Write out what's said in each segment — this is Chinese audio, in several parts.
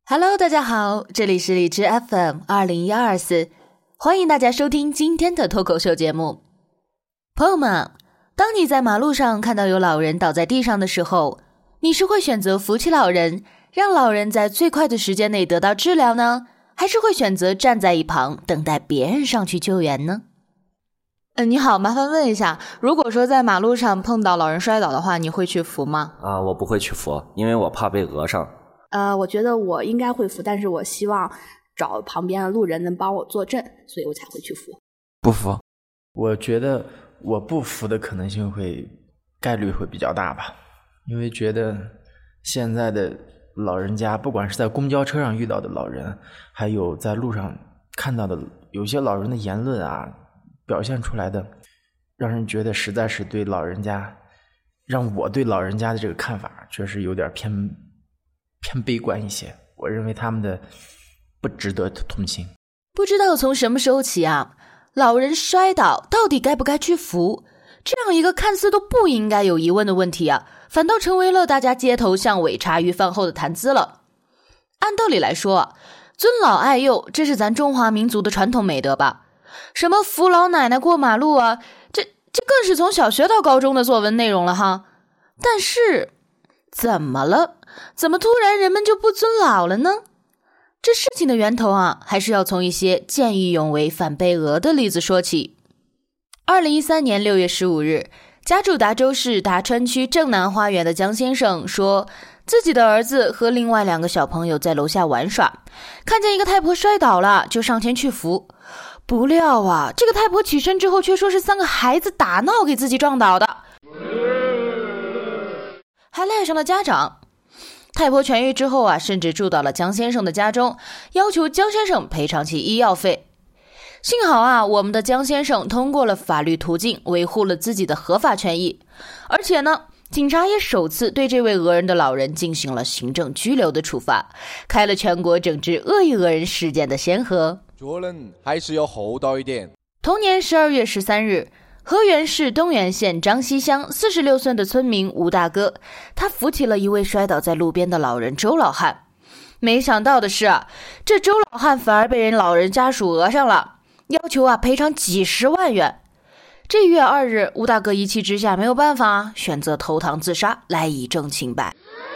Hello， 大家好，这里是荔枝 FM20124，欢迎大家收听今天的脱口秀节目。朋友们，当你在马路上看到有老人倒在地上的时候，你是会选择扶起老人，让老人在最快的时间内得到治疗呢，还是会选择站在一旁等待别人上去救援呢？ 你好，麻烦问一下，如果说在马路上碰到老人摔倒的话，你会去扶吗？ 我不会去扶，因为我怕被讹上。 我觉得我应该会扶，但是我希望找旁边的路人能帮我坐正，所以我才会去扶。 不扶。我觉得我不扶的可能性概率会比较大吧，因为觉得现在的老人家，不管是在公交车上遇到的老人，还有在路上看到的有些老人的言论啊，表现出来的，让人觉得实在是对老人家，让我对老人家的这个看法确实有点偏悲观一些。我认为他们的不值得同情。 不知道从什么时候起啊，老人摔倒到底该不该去扶，这样一个看似都不应该有疑问的问题啊，反倒成为了大家街头巷尾茶余饭后的谈资了。按道理来说啊，尊老爱幼，这是咱中华民族的传统美德吧？什么扶老奶奶过马路啊，这更是从小学到高中的作文内容了哈。但是怎么了？怎么突然人们就不尊老了呢？这事情的源头啊，还是要从一些见义勇为反被讹的例子说起。2013年6月15日，家住达州市达川区正南花园的江先生说，自己的儿子和另外2个小朋友在楼下玩耍，看见一个太婆摔倒了，就上前去扶。不料啊，这个太婆起身之后却说是3个孩子打闹给自己撞倒的，还赖上了家长。太婆痊愈之后啊，甚至住到了江先生的家中，要求江先生赔偿其医药费。幸好啊，我们的江先生通过了法律途径，维护了自己的合法权益。而且呢，警察也首次对这位讹人的老人进行了行政拘留的处罚，开了全国整治恶意讹人事件的先河。 做人还是要厚道一点。 同年12月13日，河源市东源县张溪乡46岁的村民吴大哥，他扶起了一位摔倒在路边的老人周老汉。没想到的是啊，这周老汉反而被人老人家属讹上了，要求啊赔偿几十万元。这1月2日，吴大哥一气之下没有办法，选择投堂自杀来以证清白。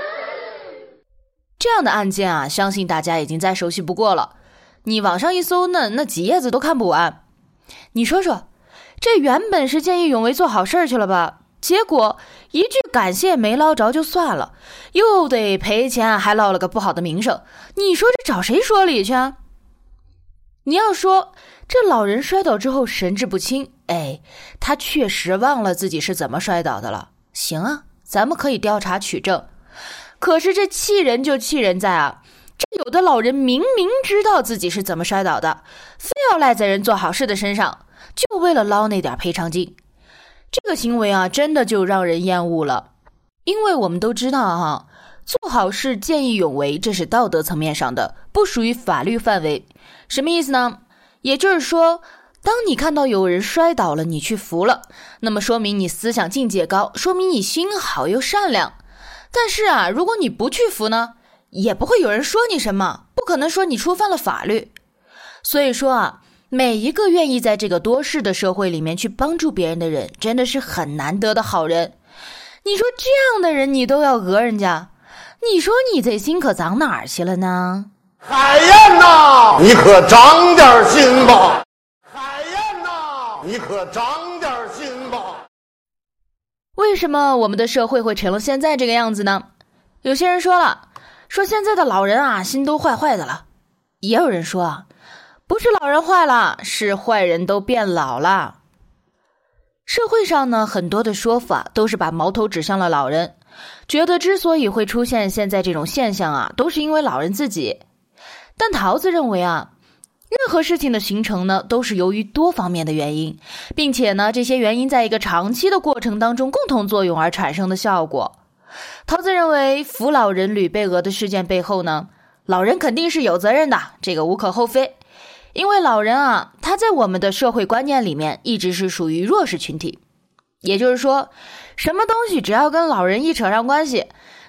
这样的案件啊，相信大家已经再熟悉不过了。你网上一搜，那几页子都看不完。你说说，这原本是见义勇为做好事去了吧，结果一句感谢没捞着就算了，又得赔钱，还落了个不好的名声，你说这找谁说理去啊？你要说这老人摔倒之后神志不清，他确实忘了自己是怎么摔倒的了，行啊，咱们可以调查取证。可是这气人就气人在啊，这有的老人明明知道自己是怎么摔倒的，非要赖在人做好事的身上，就为了捞那点赔偿金。这个行为啊，真的就让人厌恶了。因为我们都知道哈，做好事见义勇为，这是道德层面上的，不属于法律范围。什么意思呢？也就是说，当你看到有人摔倒了，你去扶了，那么说明你思想境界高，说明你心好又善良。但是啊，如果你不去扶呢，也不会有人说你什么，不可能说你触犯了法律。所以说啊，每一个愿意在这个多事的社会里面去帮助别人的人，真的是很难得的好人。你说这样的人你都要讹人家，你说你这心可长哪儿去了呢？ 海燕呐，你可长点心吧！海燕呐，你可长点心吧！ 为什么我们的社会会成了现在这个样子呢？有些人说现在的老人啊，心都坏坏的了。也有人说啊，不是老人坏了，是坏人都变老了。社会上呢，很多的说法都是把矛头指向了老人，觉得之所以会出现现在这种现象啊，都是因为老人自己。但桃子认为啊，任何事情的形成呢，都是由于多方面的原因，并且呢，这些原因在一个长期的过程当中共同作用而产生的效果。桃子认为，扶老人屡被讹的事件背后呢，老人肯定是有责任的，这个无可厚非。因为老人啊，他在我们的社会观念里面一直是属于弱势群体。也就是说，什么东西只要跟老人一扯上关系，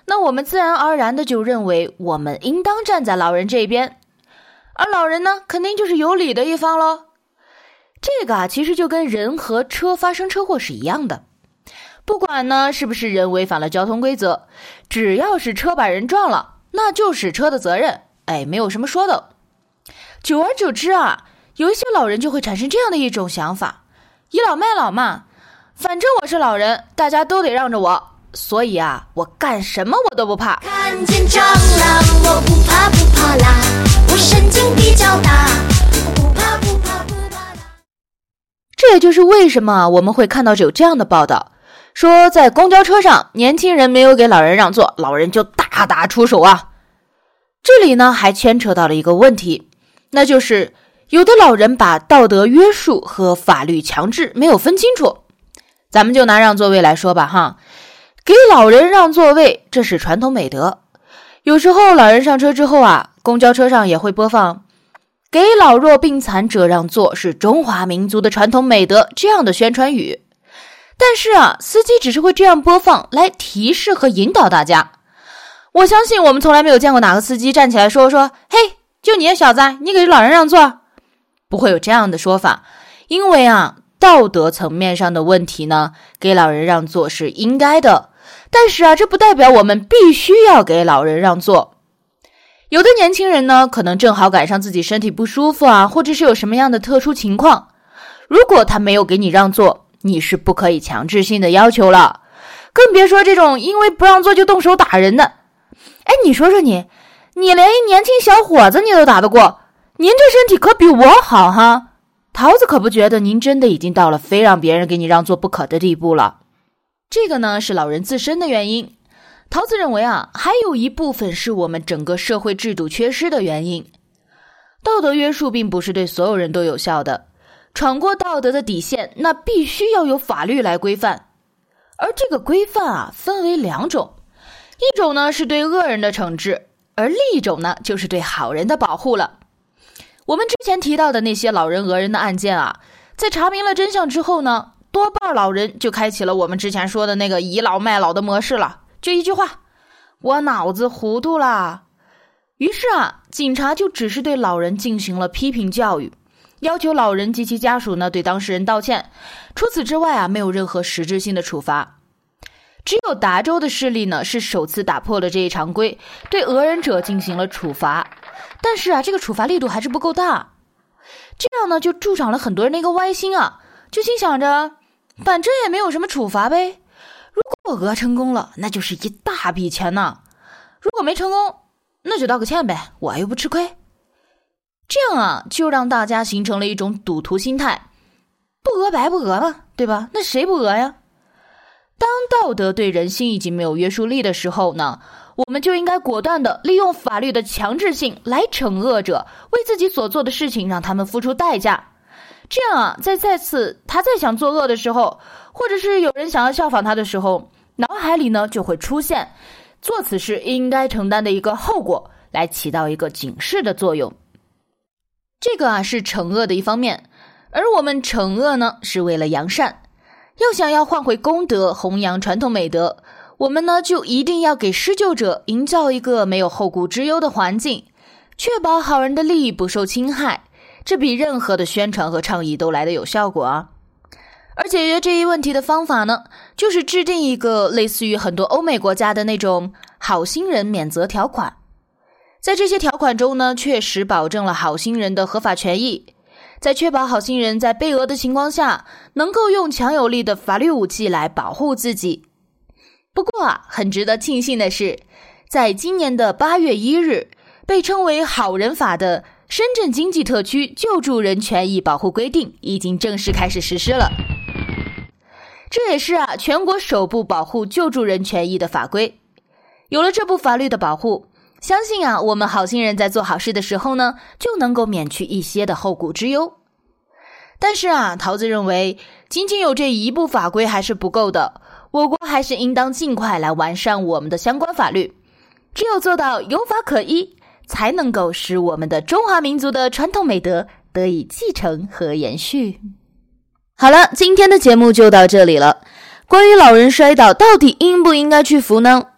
那我们自然而然的就认为我们应当站在老人这边，而老人呢，肯定就是有理的一方咯。这个其实就跟人和车发生车祸是一样的，不管呢是不是人违反了交通规则，只要是车把人撞了，那就是车的责任，没有什么说的。久而久之有一些老人就会产生这样的一种想法，倚老卖老嘛，反正我是老人，大家都得让着我，所以我干什么我都不怕。 看见蟑螂我不怕不怕啦，我神经比较大，不怕不怕不怕啦。 这也就是为什么我们会看到有这样的报道，说在公交车上年轻人没有给老人让座，老人就大打出手这里呢还牵扯到了一个问题，那就是有的老人把道德约束和法律强制没有分清楚。咱们就拿让座位来说吧给老人让座位，这是传统美德。有时候老人上车之后公交车上也会播放给老弱病残者让座是中华民族的传统美德这样的宣传语。但是司机只是会这样播放来提示和引导大家。我相信我们从来没有见过哪个司机站起来说嘿，就你小子，你给老人让座，不会有这样的说法。因为道德层面上的问题呢，给老人让座是应该的，但是这不代表我们必须要给老人让座。有的年轻人呢，可能正好赶上自己身体不舒服或者是有什么样的特殊情况，如果他没有给你让座，你是不可以强制性的要求了，更别说这种因为不让座就动手打人的。你说说你连一年轻小伙子你都打得过，您这身体可比我好桃子可不觉得您真的已经到了非让别人给你让座不可的地步了。这个呢是老人自身的原因，桃子认为还有一部分是我们整个社会制度缺失的原因。道德约束并不是对所有人都有效的，闯过道德的底线，那必须要有法律来规范。而这个规范分为两种，一种呢是对恶人的惩治，而另一种呢就是对好人的保护了。我们之前提到的那些老人讹人的案件在查明了真相之后呢，多半老人就开启了我们之前说的那个倚老卖老的模式了，就一句话，我脑子糊涂了。于是警察就只是对老人进行了批评教育，要求老人及其家属呢对当事人道歉，除此之外没有任何实质性的处罚。只有达州的势力呢是首次打破了这一常规，对讹人者进行了处罚，但是这个处罚力度还是不够大。这样呢就助长了很多人的一个歪心就心想着反正也没有什么处罚呗，如果讹成功了那就是一大笔钱如果没成功那就道个歉呗，我又不吃亏。这样就让大家形成了一种赌徒心态，不讹白不讹嘛，对吧？那谁不讹呀？当道德对人心已经没有约束力的时候呢，我们就应该果断地利用法律的强制性来惩恶者，为自己所做的事情让他们付出代价。这样再次他再想作恶的时候，或者是有人想要效仿他的时候，脑海里呢就会出现做此事应该承担的一个后果，来起到一个警示的作用。这个是惩恶的一方面，而我们惩恶呢是为了扬善。要想要换回公德，弘扬传统美德，我们呢就一定要给施救者营造一个没有后顾之忧的环境，确保好人的利益不受侵害，这比任何的宣传和倡议都来得有效果而解决这一问题的方法呢，就是制定一个类似于很多欧美国家的那种好心人免责条款。在这些条款中呢，确实保证了好心人的合法权益，在确保好心人在被讹的情况下，能够用强有力的法律武器来保护自己。不过很值得庆幸的是，在今年的8月1日，被称为好人法的深圳经济特区救助人权益保护规定已经正式开始实施了。这也是全国首部保护救助人权益的法规。有了这部法律的保护，相信我们好心人在做好事的时候呢，就能够免去一些的后顾之忧。但是桃子认为，仅仅有这一部法规还是不够的，我国还是应当尽快来完善我们的相关法律。只有做到有法可依，才能够使我们的中华民族的传统美德得以继承和延续。好了，今天的节目就到这里了。关于老人摔倒到底应不应该去扶呢？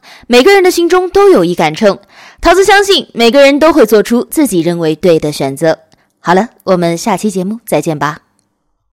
每个人的心中都有一杆秤，桃子相信每个人都会做出自己认为对的选择。好了，我们下期节目再见吧。